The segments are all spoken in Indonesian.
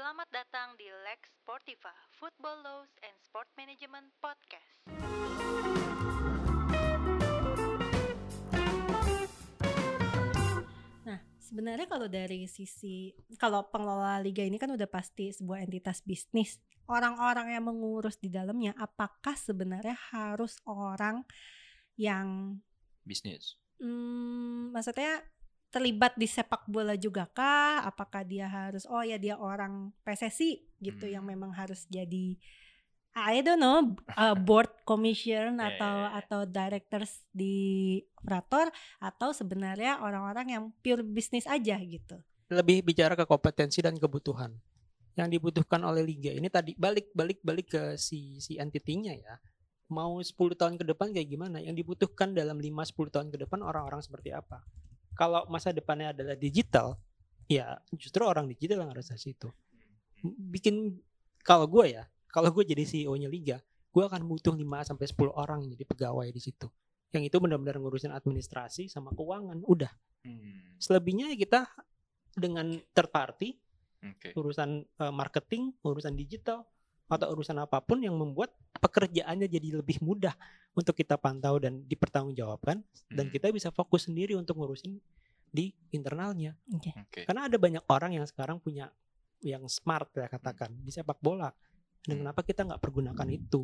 Selamat datang di Lex Sportiva, Football Laws and Sport Management Podcast. Nah, sebenarnya kalau pengelola liga ini kan udah pasti sebuah entitas bisnis. Orang-orang yang mengurus di dalamnya, apakah sebenarnya harus orang yang bisnis. maksudnya terlibat di sepak bola juga kah? Apakah dia harus dia orang PSSI gitu yang memang harus jadi I don't know board commission atau directors di operator, atau sebenarnya orang-orang yang pure bisnis aja gitu. Lebih bicara ke kompetensi dan kebutuhan yang dibutuhkan oleh liga ini. Tadi balik ke si entity-nya ya. Mau 10 tahun ke depan kayak gimana? Yang dibutuhkan dalam 5-10 tahun ke depan orang-orang seperti apa? Kalau masa depannya adalah digital, ya justru orang digital yang harus di situ. Kalau gue jadi CEO-nya liga, gue akan butuh 5-10 orang jadi pegawai di situ. Yang itu benar-benar ngurusin administrasi sama keuangan, udah. Selebihnya kita dengan third party, urusan marketing, urusan digital, atau urusan apapun yang membuat pekerjaannya jadi lebih mudah untuk kita pantau dan dipertanggungjawabkan, dan kita bisa fokus sendiri untuk ngurusin di internalnya. Karena ada banyak orang yang sekarang punya yang smart ya katakan di sepak bola, dan kenapa kita nggak pergunakan itu?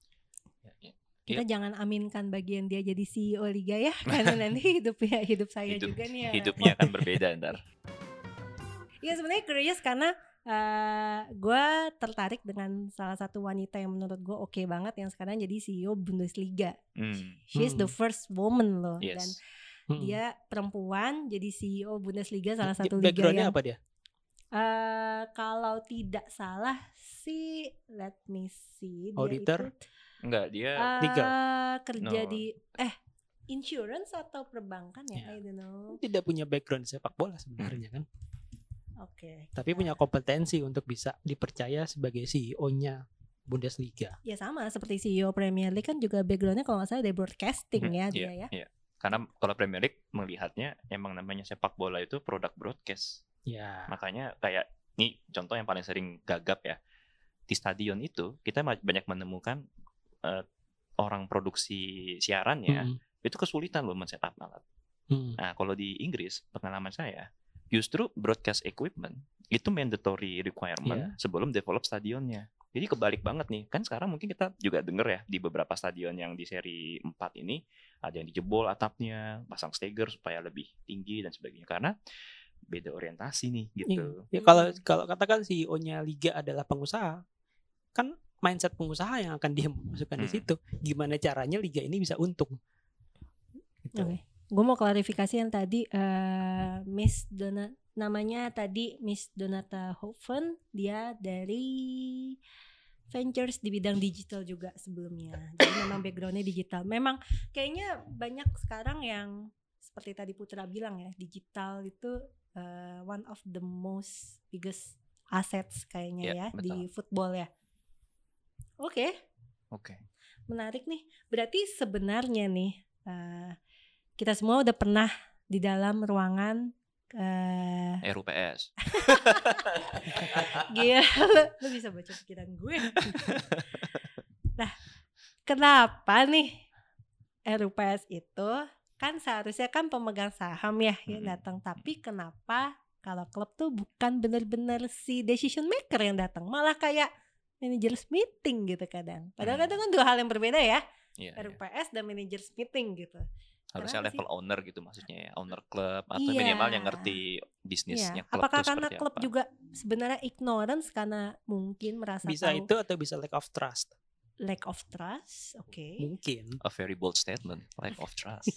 Kita jangan aminkan bagian dia jadi CEO liga ya, karena nanti hidup saya juga nih ya. Hidupnya akan berbeda ntar. Iya, sebenarnya curious karena gue tertarik dengan salah satu wanita yang menurut gue oke banget yang sekarang jadi CEO Bundesliga. She's the first woman loh. Yes. Dan dia perempuan jadi CEO Bundesliga, salah satu liga Backgroundnya yang apa dia? Kalau tidak salah sih, let me see, Auditor? Enggak, dia kerja di insurance atau perbankan ya, I don't know. Tidak punya background sepak bola sebenarnya kan. Oke. Tapi punya kompetensi untuk bisa dipercaya sebagai CEO-nya Bundesliga. Ya sama seperti CEO Premier League kan juga backgroundnya kalau nggak salah dari broadcasting ya dia ya. Iya. Karena kalau Premier League melihatnya emang namanya sepak bola itu produk broadcast. Ya. Makanya kayak nih contoh yang paling sering gagap ya, di stadion itu kita banyak menemukan orang produksi siarannya itu kesulitan loh men-setup alat. Nah kalau di Inggris pengalaman saya, justru broadcast equipment itu mandatory requirement sebelum develop stadionnya. Jadi kebalik banget nih. Kan sekarang mungkin kita juga denger ya di beberapa stadion yang di seri 4 ini ada yang dijebol atapnya, pasang steger supaya lebih tinggi dan sebagainya, karena beda orientasi nih gitu. Ya, kalau katakan CEO-nya liga adalah pengusaha, kan mindset pengusaha yang akan dia masukkan di situ. Gimana caranya liga ini bisa untung? Gitu. Okay. Gue mau klarifikasi yang tadi namanya tadi Miss Donata Hoven, dia dari ventures di bidang digital juga sebelumnya. Jadi memang backgroundnya digital. Memang kayaknya banyak sekarang yang seperti tadi Putra bilang ya, digital itu one of the most biggest assets kayaknya betul. di football ya. Oke. Menarik nih. Berarti sebenarnya nih kita semua udah pernah di dalam ruangan RUPS. Gila, lu bisa baca pikiran gue. Nah, kenapa nih RUPS itu kan seharusnya kan pemegang saham ya yang datang, tapi kenapa kalau klub tuh bukan benar-benar si decision maker yang datang, malah kayak managers meeting gitu kadang. Padahal kadang kan dua hal yang berbeda ya. RUPS dan managers meeting gitu. Harusnya level owner gitu maksudnya ya, owner klub atau minimal yang ngerti bisnisnya klub. Apakah karena klub juga sebenarnya ignorance karena mungkin merasa bisa tahu. Itu atau bisa lack of trust? Lack of trust, oke. Mungkin. A very bold statement, lack of trust.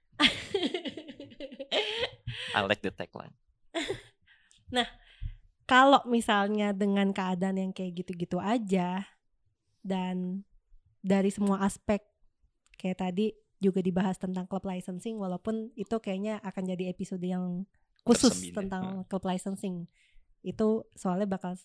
I like the tagline. Nah, kalau misalnya dengan keadaan yang kayak gitu-gitu aja, dan dari semua aspek kayak tadi juga dibahas tentang club licensing, walaupun itu kayaknya akan jadi episode yang khusus tentang club licensing. Itu soalnya bakal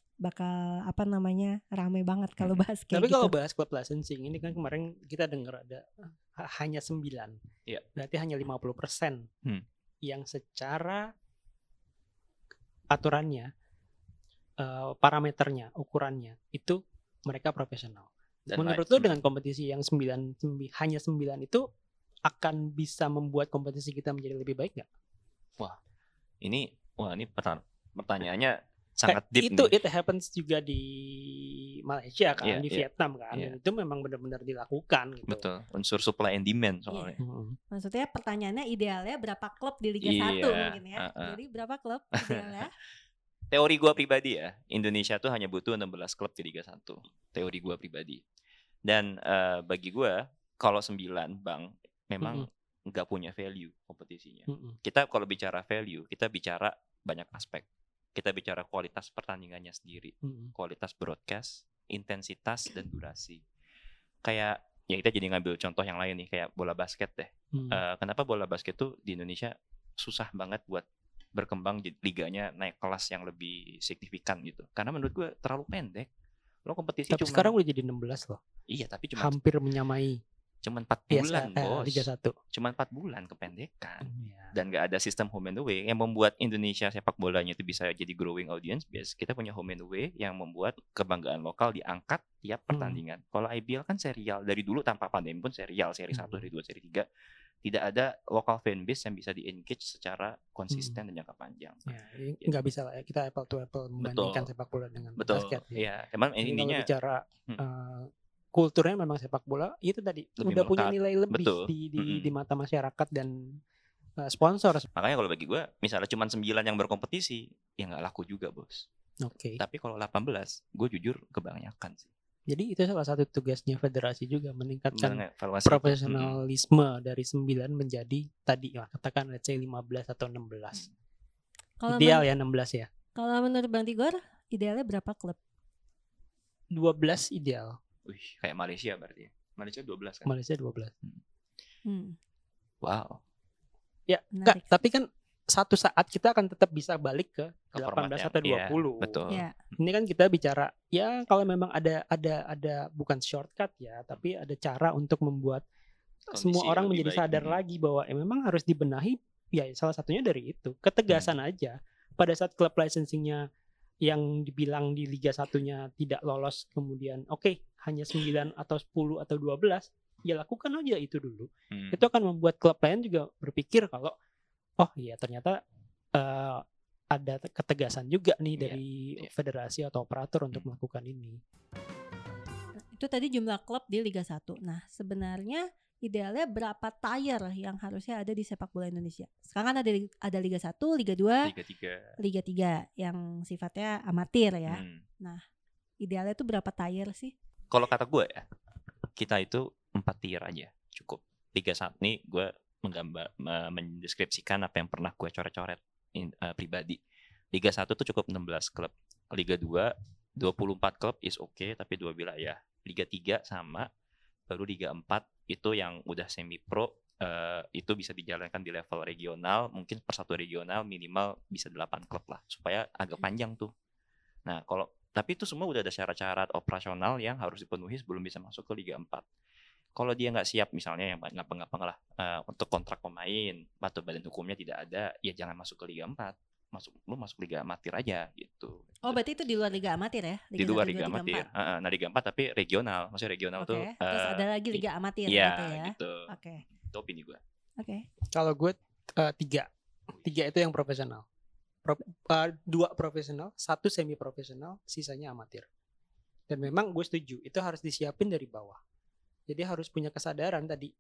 rame banget kalau bahas kayak gitu. Tapi kalau bahas club licensing ini kan kemarin kita dengar ada hanya 9. Berarti hanya 50% yang secara aturannya parameternya, ukurannya itu mereka profesional. Dan Menurut lo dengan kompetisi yang hanya 9 itu akan bisa membuat kompetisi kita menjadi lebih baik nggak? ini pertanyaannya sangat deep Itu nih. it happens juga di Malaysia kan, Iya, di iya, Vietnam kan, iya. dan itu memang benar-benar dilakukan gitu. Betul, unsur supply and demand soalnya. Maksudnya pertanyaannya idealnya berapa klub di Liga Iya, 1 mungkin ya. uh-uh. Jadi berapa klub idealnya? Teori gua pribadi ya, Indonesia tuh hanya butuh 16 klub di Liga 1. Teori gua pribadi. Dan bagi gua kalau 9 Bang memang nggak punya value kompetisinya. Kita kalau bicara value, kita bicara banyak aspek. Kita bicara kualitas pertandingannya sendiri, kualitas broadcast, intensitas dan durasi. Kayak ya kita jadi ngambil contoh yang lain nih, kayak bola basket deh. Kenapa bola basket tuh di Indonesia susah banget buat berkembang, liganya naik kelas yang lebih signifikan gitu? Karena menurut gue terlalu pendek. Lo kompetisi Tapi sekarang udah jadi 16 loh. Iya, tapi cuma Hampir menyamai 4 bulan, bos. Liga 1. Cuma 4 bulan kependekan. Iya. Dan gak ada sistem home and away yang membuat Indonesia sepak bolanya itu bisa jadi growing audience base. Kita punya home and away yang membuat kebanggaan lokal diangkat tiap pertandingan. Kalau IBL kan serial dari dulu tanpa pandemi pun serial, seri 1, seri 2, seri 3. Tidak ada local fanbase yang bisa di-engage secara konsisten dan jangka panjang. Ya, nggak bisa lah ya, kita apple to apple membandingkan sepak bola dengan basket. Iya, emang Jadi intinya kalau bicara kulturnya memang sepak bola itu tadi lebih udah punya melekat. nilai lebih Betul. di mata masyarakat dan sponsor. Makanya kalau bagi gue, misalnya cuma 9 yang berkompetisi, ya nggak laku juga, bos. Oke. Tapi kalau 18, gue jujur kebanyakan sih. Jadi itu salah satu tugasnya federasi juga, meningkatkan Mengevaluasi profesionalisme dari 9 menjadi tadi ya, katakan let's say 15 atau 16. Ideal ya 16 ya. Kalau menurut Bang Tigor, idealnya berapa klub? 12 ideal. Wih, kayak Malaysia berarti ya. Malaysia 12 kan? Malaysia 12. Wow. Ya, enggak, tapi kan satu saat kita akan tetap bisa balik ke 18 atau 20. Iya, betul. Ya. Ini kan kita bicara ya kalau memang ada bukan shortcut ya, tapi ada cara untuk membuat Kondisi semua orang lebih menjadi baik. sadar lagi bahwa memang harus dibenahi. Ya salah satunya dari itu, ketegasan aja. Pada saat klub licensingnya yang dibilang di Liga 1-nya tidak lolos, kemudian hanya 9 atau 10 atau 12, ya lakukan aja itu dulu. Itu akan membuat klub lain juga berpikir kalau oh iya ternyata ada ketegasan juga nih dari federasi atau operator untuk melakukan ini. Itu tadi jumlah klub di Liga 1. Nah, sebenarnya idealnya berapa tier yang harusnya ada di sepak bola Indonesia? Sekarang kan ada Liga 1, Liga 2, Liga 3 yang sifatnya amatir ya. Nah, idealnya itu berapa tier sih? Kalau kata gue ya, kita itu 4 tier aja cukup. Liga 1 nih gue mendeskripsikan apa yang pernah gue coret-coret pribadi. Liga 1 tuh cukup 16 klub. Liga 2 24 klub is okay, tapi 2 wilayah. Liga 3 sama, baru Liga 4 itu yang udah semi pro, itu bisa dijalankan di level regional, mungkin per satu regional minimal bisa 8 klub lah, supaya agak panjang tuh. Nah, tapi itu semua udah ada syarat-syarat operasional yang harus dipenuhi sebelum bisa masuk ke Liga 4. Kalau dia nggak siap misalnya yang gampang-gampang lah, untuk kontrak pemain atau badan hukumnya tidak ada, ya jangan masuk ke Liga 4. Lu masuk Liga Amatir aja gitu. Oh, berarti itu di luar Liga Amatir ya? Di luar Liga Amatir. Nah, Liga 4 tapi regional. Maksudnya regional tuh terus ada lagi Liga Amatir gitu iya, ya. Gitu. Oke. Itu opini gue. Oke. Kalau gue 3 itu yang profesional. 2 profesional, 1 semi profesional, sisanya amatir. Dan memang gue setuju, itu harus disiapin dari bawah. Jadi harus punya kesadaran tadi.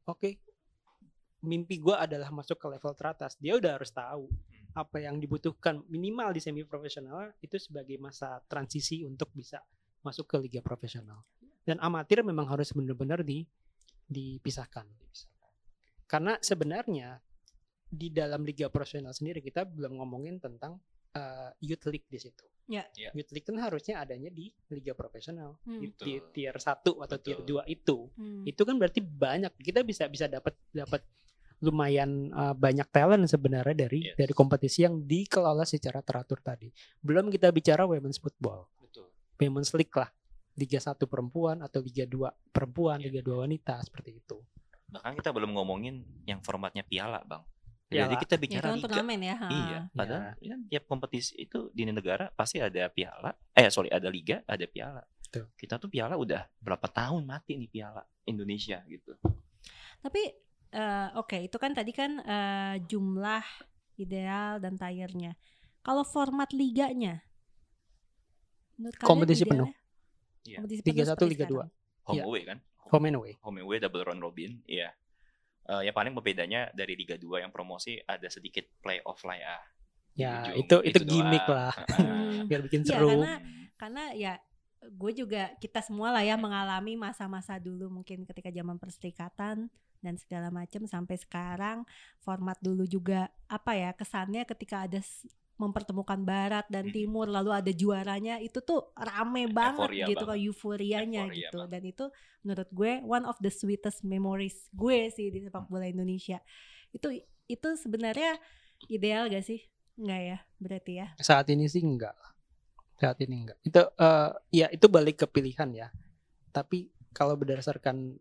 Mimpi gue adalah masuk ke level teratas. Dia udah harus tahu apa yang dibutuhkan minimal di semi profesional itu sebagai masa transisi untuk bisa masuk ke liga profesional. Dan amatir memang harus benar-benar dipisahkan. Karena sebenarnya di dalam liga profesional sendiri kita belum ngomongin tentang youth league di situ. Ya. Youth league kan harusnya adanya di liga profesional, di tier 1 atau tier 2 itu. Itu kan berarti banyak, kita bisa dapat lumayan banyak talent sebenarnya dari kompetisi yang dikelola secara teratur tadi. Belum kita bicara women's football. Women's league lah. Liga 1 perempuan atau Liga 2 perempuan, Liga 2 wanita seperti itu. Bahkan kita belum ngomongin yang formatnya piala, Bang. Jadi Piala. kita Ya, itu bicara kan liga. turnamen ya. ha. Iya, padahal Ya. tiap kompetisi itu di negara pasti ada piala. Ada liga, ada piala. Betul. Kita tuh piala udah berapa tahun mati nih piala Indonesia gitu. Tapi oke, itu kan tadi kan jumlah ideal dan tayarnya. Kalau format liganya, menurut kalian Kompetisi penuh. idealnya? Iya. Kompetisi Liga penuh 1, seperti Liga 2. sekarang. Home Iya. away kan? Home and away. Home away double round robin, iya. Yang paling bedanya dari Liga 2 yang promosi ada sedikit playoff lah ya. Di Ya, ujung, itu gimmick doang. lah. Hmm. Biar bikin Iya, seru. karena ya gue juga, kita semua lah ya mengalami masa-masa dulu mungkin ketika zaman perserikatan dan segala macam sampai sekarang. Format dulu juga apa ya, kesannya ketika ada mempertemukan barat dan timur lalu ada juaranya, itu tuh rame banget Euforia gitu kan, banget. euforianya Euforia gitu. banget. Dan itu menurut gue one of the sweetest memories gue sih di sepak bola Indonesia. Itu sebenarnya ideal gak sih? Enggak ya, berarti ya. Saat ini sih enggak. Saat ini enggak. Itu ya itu balik ke pilihan ya. Tapi kalau berdasarkan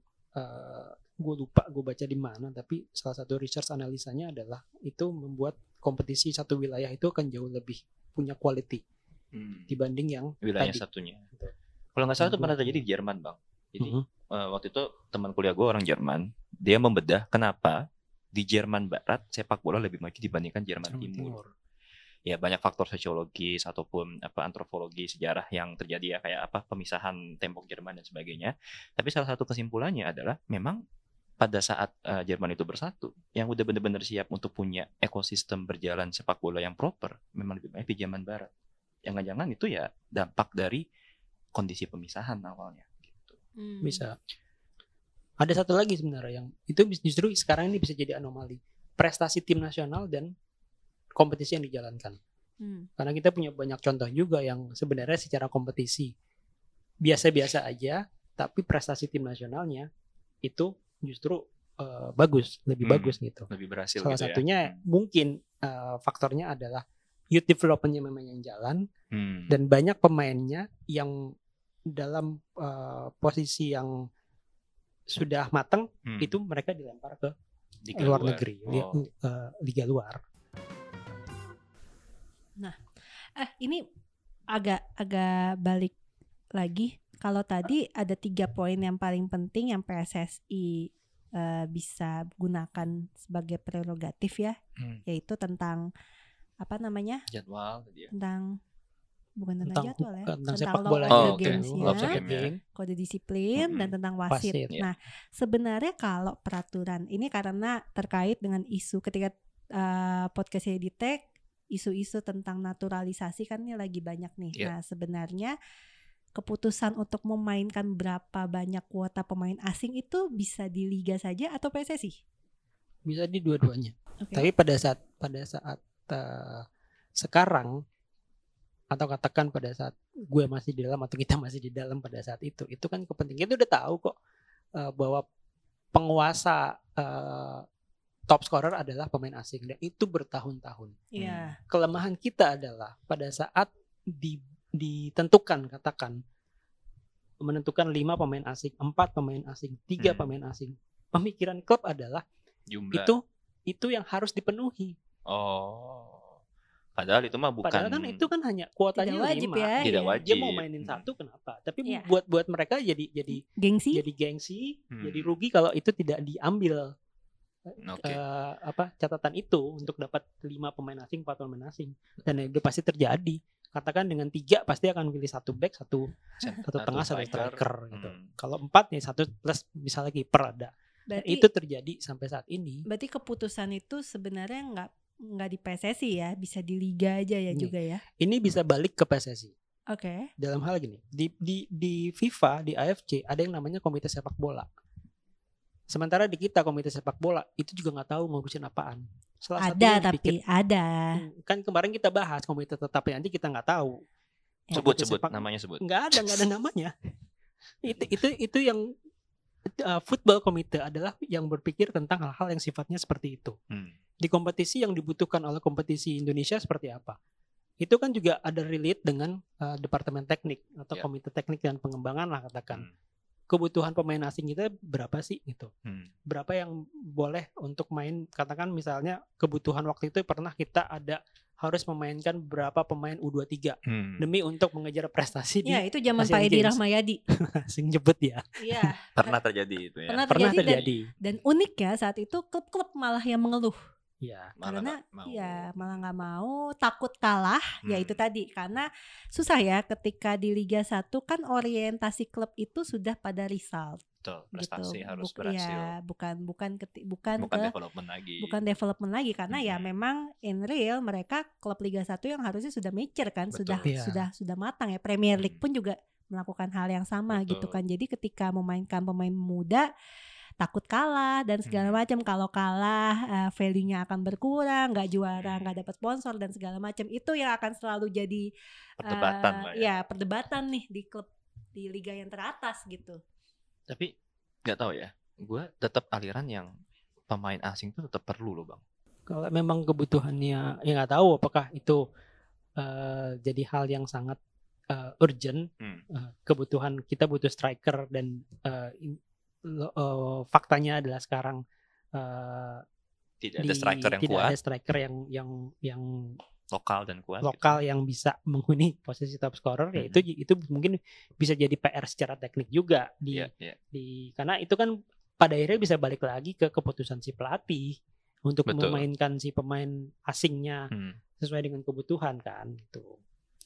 gue lupa gue baca di mana, tapi salah satu research analisanya adalah itu membuat kompetisi satu wilayah itu akan jauh lebih punya quality dibanding yang Wilayah tadi. satunya. Betul. Kalau nggak salah itu Yang pernah dua. terjadi di Jerman, Bang. Jadi Mhm. waktu itu teman kuliah gue orang Jerman, dia membedah kenapa di Jerman Barat sepak bola lebih maju dibandingkan Jerman Timur. Ya banyak faktor sosiologis ataupun antropologi sejarah yang terjadi ya, kayak pemisahan tembok Jerman dan sebagainya. Tapi salah satu kesimpulannya adalah memang pada saat Jerman itu bersatu, yang udah benar-benar siap untuk punya ekosistem berjalan sepak bola yang proper, memang lebih banyak di Jerman Barat. Jangan-jangan itu ya dampak dari kondisi pemisahan awalnya. Gitu. Bisa. Ada satu lagi sebenarnya yang itu justru sekarang ini bisa jadi anomali. Prestasi tim nasional dan kompetisi yang dijalankan. Karena kita punya banyak contoh juga yang sebenarnya secara kompetisi biasa-biasa aja, tapi prestasi tim nasionalnya itu justru bagus, lebih bagus gitu. Lebih berhasil Salah gitu satunya mungkin faktornya adalah youth development-nya memang yang jalan ya. dan banyak pemainnya yang dalam posisi yang sudah matang itu mereka dilempar ke Liga luar negeri, Oh. liga luar. Nah, ini agak balik lagi. Kalau tadi ada 3 poin yang paling penting yang PSSI bisa gunakan sebagai prerogatif ya, yaitu tentang apa namanya? Jadwal tadi ya. Bukan tentang jadwal ya, tentang tentang sepak law bola of the oke. games-nya, Law of the game. kode disiplin dan tentang wasit. Wasit, ya. Nah, sebenarnya kalau peraturan ini karena terkait dengan isu ketika podcastnya di tag, isu-isu tentang naturalisasi kan ini lagi banyak nih. Yeah. Nah, sebenarnya keputusan untuk memainkan berapa banyak kuota pemain asing itu bisa di liga saja atau PSSI? Bisa di dua-duanya. Oke. Tapi pada saat sekarang atau katakan pada saat gue masih di dalam atau kita masih di dalam pada saat itu kan kepentingan itu udah tahu kok bahwa penguasa top scorer adalah pemain asing dan itu bertahun-tahun. Iya. Kelemahan kita adalah pada saat ditentukan katakan menentukan 5 pemain asing, 4 pemain asing, 3 pemain asing. Pemikiran klub adalah Jumlah. itu yang harus dipenuhi. Oh. Padahal itu mah bukan. Padahal kan itu kan hanya kuotanya Tidak wajib 5. ya. Tidak Iya. wajib. Dia mau mainin 1 kenapa? Tapi Iya. buat mereka jadi Gengsi? gengsi, Hmm. jadi rugi kalau itu tidak diambil Oke. catatan itu untuk dapat 5 pemain asing, 4 pemain asing. Dan itu pasti terjadi. Katakan dengan 3 pasti akan pilih 1 back, satu tengah, 1 striker gitu. Kalau 4 nih 1 plus misalnya kiper ada. Dan Berarti itu terjadi sampai saat ini. Berarti keputusan itu sebenarnya nggak di PSSI ya, bisa di liga aja ya Ini. juga ya. Ini bisa balik ke PSSI. Oke. Dalam hal gini, di FIFA, di AFC ada yang namanya komite sepak bola. Sementara di kita komite sepak bola itu juga nggak tahu ngurusin apaan. Salah satu Ada yang tapi dipikir- ada. kan kemarin kita bahas komite tetapnya nanti kita nggak tahu. Sebut Komite sepak- namanya sebut. nggak ada namanya. itu yang football komite adalah yang berpikir tentang hal-hal yang sifatnya seperti itu. Di kompetisi yang dibutuhkan oleh kompetisi Indonesia seperti apa? Itu kan juga ada relate dengan departemen teknik atau Ya. komite teknik dan pengembangan lah katakan. kebutuhan pemain asing kita berapa sih gitu. Hmm. Berapa yang boleh untuk main, katakan misalnya kebutuhan waktu itu pernah kita ada harus memainkan berapa pemain U23 demi untuk mengejar prestasi Ya, di itu zaman Asian Pak Edi Games. Rahmayadi. asing jebut ya. Iya. Pernah terjadi itu ya. Pernah Pernah terjadi terjadi. dan uniknya saat itu klub-klub malah yang mengeluh. Ya. Malah Karena nggak mau. ya malah nggak mau, takut kalah, ya itu tadi. Karena susah ya ketika di Liga 1 kan orientasi klub itu sudah pada result Betul, gitu. prestasi harus berhasil. Ya, bukan bukan ke development lagi. bukan development lagi karena ya memang in real mereka klub Liga 1 yang harusnya sudah mature kan, Betul. sudah matang ya. Premier League pun juga melakukan hal yang sama gitu Betul. kan. Jadi ketika memainkan pemain muda takut kalah dan segala macam. Kalau kalah value-nya akan berkurang, nggak juara, nggak dapat sponsor dan segala macam. Itu yang akan selalu jadi Perdebatan lah ya. ya perdebatan nih di klub di liga yang teratas gitu. Tapi nggak tahu ya, gue tetap aliran yang pemain asing tuh tetap perlu loh bang. Kalau memang kebutuhannya, ya nggak tahu apakah itu jadi hal yang sangat urgent. Kebutuhan kita butuh striker dan faktanya adalah sekarang Tidak ada striker yang tidak kuat, ada striker yang lokal dan kuat. lokal yang bisa menghuni posisi top scorer. Ya itu mungkin bisa jadi PR secara teknik juga karena itu kan pada akhirnya bisa balik lagi ke keputusan si pelatih untuk Betul. memainkan si pemain asingnya sesuai dengan kebutuhan kan gitu.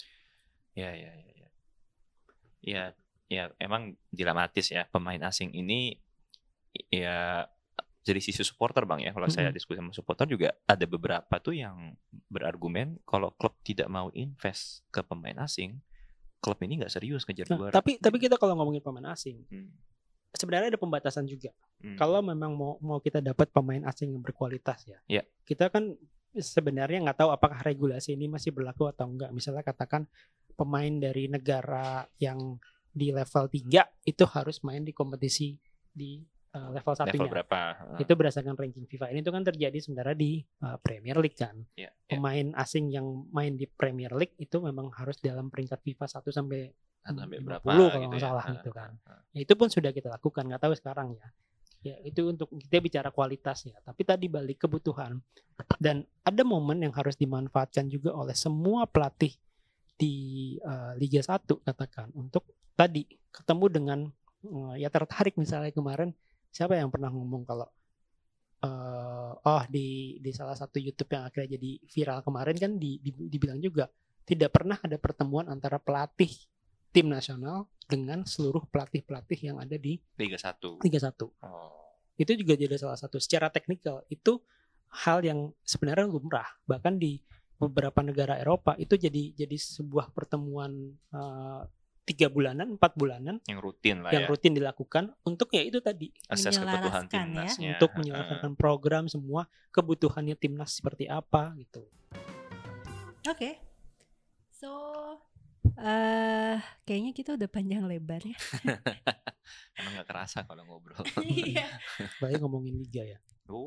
Ya, emang dilematis ya pemain asing ini. Ya dari sisi supporter bang ya, kalau saya diskusi sama supporter juga ada beberapa tuh yang berargumen kalau klub tidak mau invest ke pemain asing, klub ini nggak serius ngejar juara. Tapi kita kalau ngomongin pemain asing, sebenarnya ada pembatasan juga. Kalau memang mau kita dapat pemain asing yang berkualitas ya, kita kan sebenarnya nggak tahu apakah regulasi ini masih berlaku atau enggak. Misalnya katakan pemain dari negara yang di level 3 itu harus main di kompetisi di level 1-nya. Level berapa? Itu berdasarkan ranking FIFA. Ini tuh kan terjadi sebenarnya di Premier League kan. Pemain asing yang main di Premier League itu memang harus dalam peringkat FIFA 1 sampai 50 berapa kalau nggak gitu ya. salah gitu kan. Ya, itu pun sudah kita lakukan, nggak tahu sekarang ya. Ya itu untuk kita bicara kualitasnya. Tapi tadi balik kebutuhan. Dan ada momen yang harus dimanfaatkan juga oleh semua pelatih di Liga 1 katakan untuk tadi ketemu dengan ya tertarik misalnya kemarin siapa yang pernah ngomong kalau di salah satu YouTube yang akhirnya jadi viral kemarin kan dibilang juga tidak pernah ada pertemuan antara pelatih tim nasional dengan seluruh pelatih-pelatih yang ada di Liga 1. Itu juga jadi salah satu secara teknikal itu hal yang sebenarnya lumrah, bahkan di beberapa negara Eropa itu jadi sebuah pertemuan 3 bulanan, 4 bulanan yang rutin lah yang rutin dilakukan untuk ya itu tadi akses kebutuhan Menyelaraskan timnasnya. untuk menyelesaikan program semua kebutuhannya timnas seperti apa gitu. Oke. So kayaknya kita udah panjang lebar ya. Emang gak kerasa kalau ngobrol. Iya. Baik ngomongin liga ya.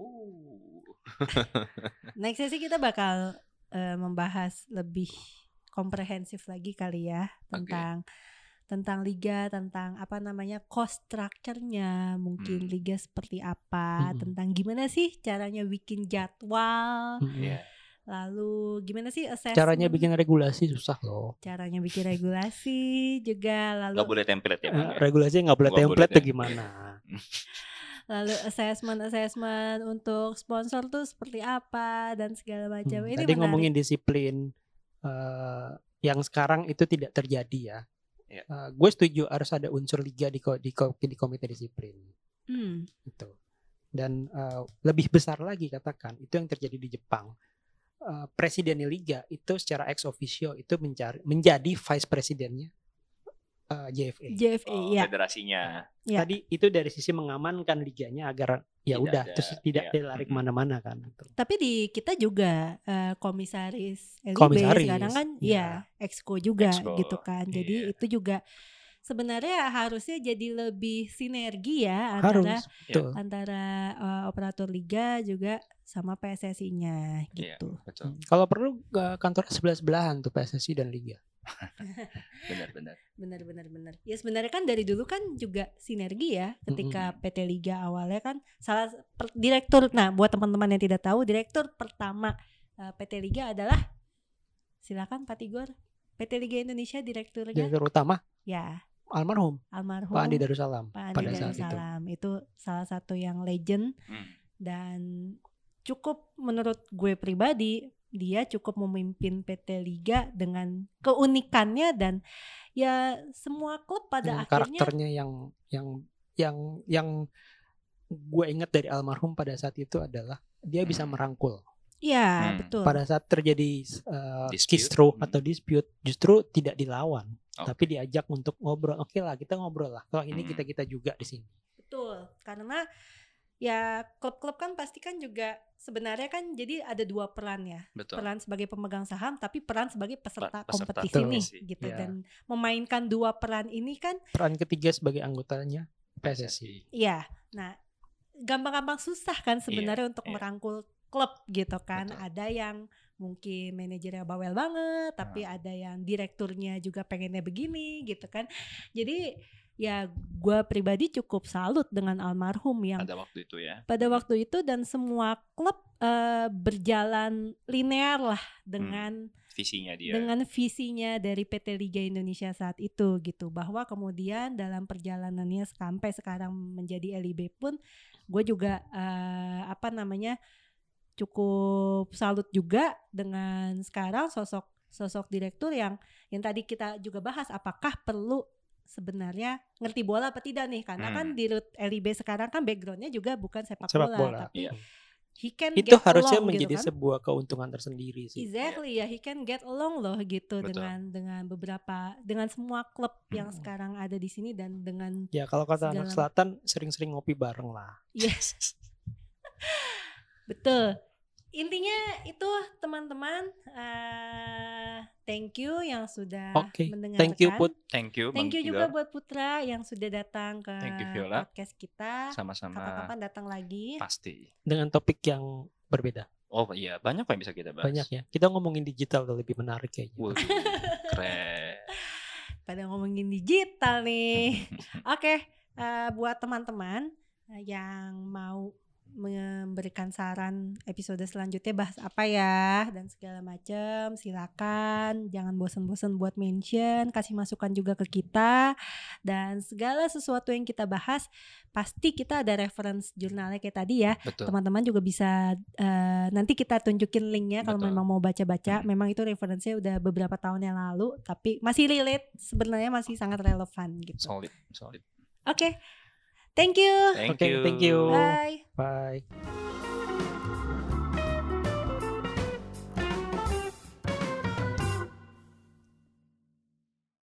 Next sesi kita bakal membahas lebih komprehensif lagi kali ya tentang liga, tentang apa namanya cost structure-nya, mungkin liga seperti apa, tentang gimana sih caranya bikin jadwal, lalu gimana sih assessment, caranya bikin regulasi susah loh. Caranya bikin regulasi juga, lalu nggak boleh template ya Bang, ya? Regulasi nggak boleh template tuh gimana? Lalu assessment untuk sponsor tuh seperti apa dan segala macam. Ini tadi menarik. ngomongin disiplin yang sekarang itu tidak terjadi ya. Gue setuju harus ada unsur liga di komite disiplin. Gitu. Dan lebih besar lagi katakan itu yang terjadi di Jepang. Presidennya liga itu secara ex officio itu menjadi vice presidennya JFA. Ya. Federasinya. Ya. Tadi itu dari sisi mengamankan liganya agar ya udah terus tidak lari kemana-mana kan. Tapi di kita juga komisaris LIB sekarang kan exco juga gitu kan. Jadi itu juga sebenarnya harusnya jadi lebih sinergi ya antara operator liga juga sama PSSI-nya gitu. Betul. Kalau perlu kantor sebelah-sebelahan tuh PSSI dan liga. Benar-benar. Benar. Ya sebenarnya kan dari dulu kan juga sinergi ya. Ketika PT Liga awalnya kan direktur. Nah, buat teman-teman yang tidak tahu, direktur pertama PT Liga adalah, silakan Pak Tigor. PT Liga Indonesia direktur utama ya almarhum Pak Andi Darussalam. Pak Andi Darussalam itu salah satu yang legend dan cukup, menurut gue pribadi, dia cukup memimpin PT Liga dengan keunikannya dan ya semua klub pada akhirnya karakternya yang gue ingat dari almarhum pada saat itu adalah dia bisa merangkul. Iya, betul. Pada saat terjadi kisruh atau dispute, justru tidak dilawan, tapi diajak untuk ngobrol. Oke lah, kita ngobrol lah. Kalau ini kita juga di sini. Betul, karena ya klub-klub kan pasti kan juga sebenarnya kan jadi ada dua peran ya. Betul. Peran sebagai pemegang saham, tapi peran sebagai peserta kompetisi betul. nih gitu. Ya. Dan memainkan dua peran ini kan peran ketiga sebagai anggotanya PSSI. Iya. Nah, gampang-gampang susah kan sebenarnya untuk merangkul klub gitu kan. Betul. Ada yang mungkin manajernya bawel banget, tapi ada yang direkturnya juga pengennya begini gitu kan. Jadi ya gue pribadi cukup salut dengan almarhum yang pada waktu itu ya. Pada waktu itu, dan semua klub berjalan linear lah dengan visinya dia. Dengan visinya dari PT Liga Indonesia saat itu gitu. Bahwa kemudian dalam perjalanannya sampai sekarang menjadi LIB pun gue juga cukup salut juga dengan sekarang sosok direktur yang tadi kita juga bahas, apakah perlu sebenarnya ngerti bola apa tidak nih, karena kan di LIB sekarang kan backgroundnya juga bukan sepak bola. Tapi he can itu get harusnya along, menjadi gitu kan? Sebuah keuntungan tersendiri sih. Exactly ya, he can get along loh gitu. Betul. dengan semua klub yang sekarang ada di sini dan dengan ya kalau kata anak selatan sering-sering ngopi bareng lah. Yes. Betul. Intinya itu teman-teman, thank you yang sudah mendengarkan. Thank you Put. Thank you juga buat Putra yang sudah datang ke podcast kita. Sama-sama. Kapan-kapan datang lagi. Pasti. Dengan topik yang berbeda. Oh iya, banyak yang bisa kita bahas. Banyak ya. Kita ngomongin digital lebih menarik kayaknya. Waduh, keren. Pada ngomongin digital nih. Oke, buat teman-teman yang mau memberikan saran episode selanjutnya bahas apa ya dan segala macam, silakan, jangan bosan-bosan buat mention, kasih masukan juga ke kita, dan segala sesuatu yang kita bahas pasti kita ada reference jurnalnya kayak tadi ya. Betul. Teman-teman juga bisa nanti kita tunjukin linknya kalau memang mau baca-baca. Memang itu referensinya udah beberapa tahun yang lalu, tapi masih relate, sebenarnya masih sangat relevan gitu. Solid. Oke. Thank you. Thank you. Bye. Bye.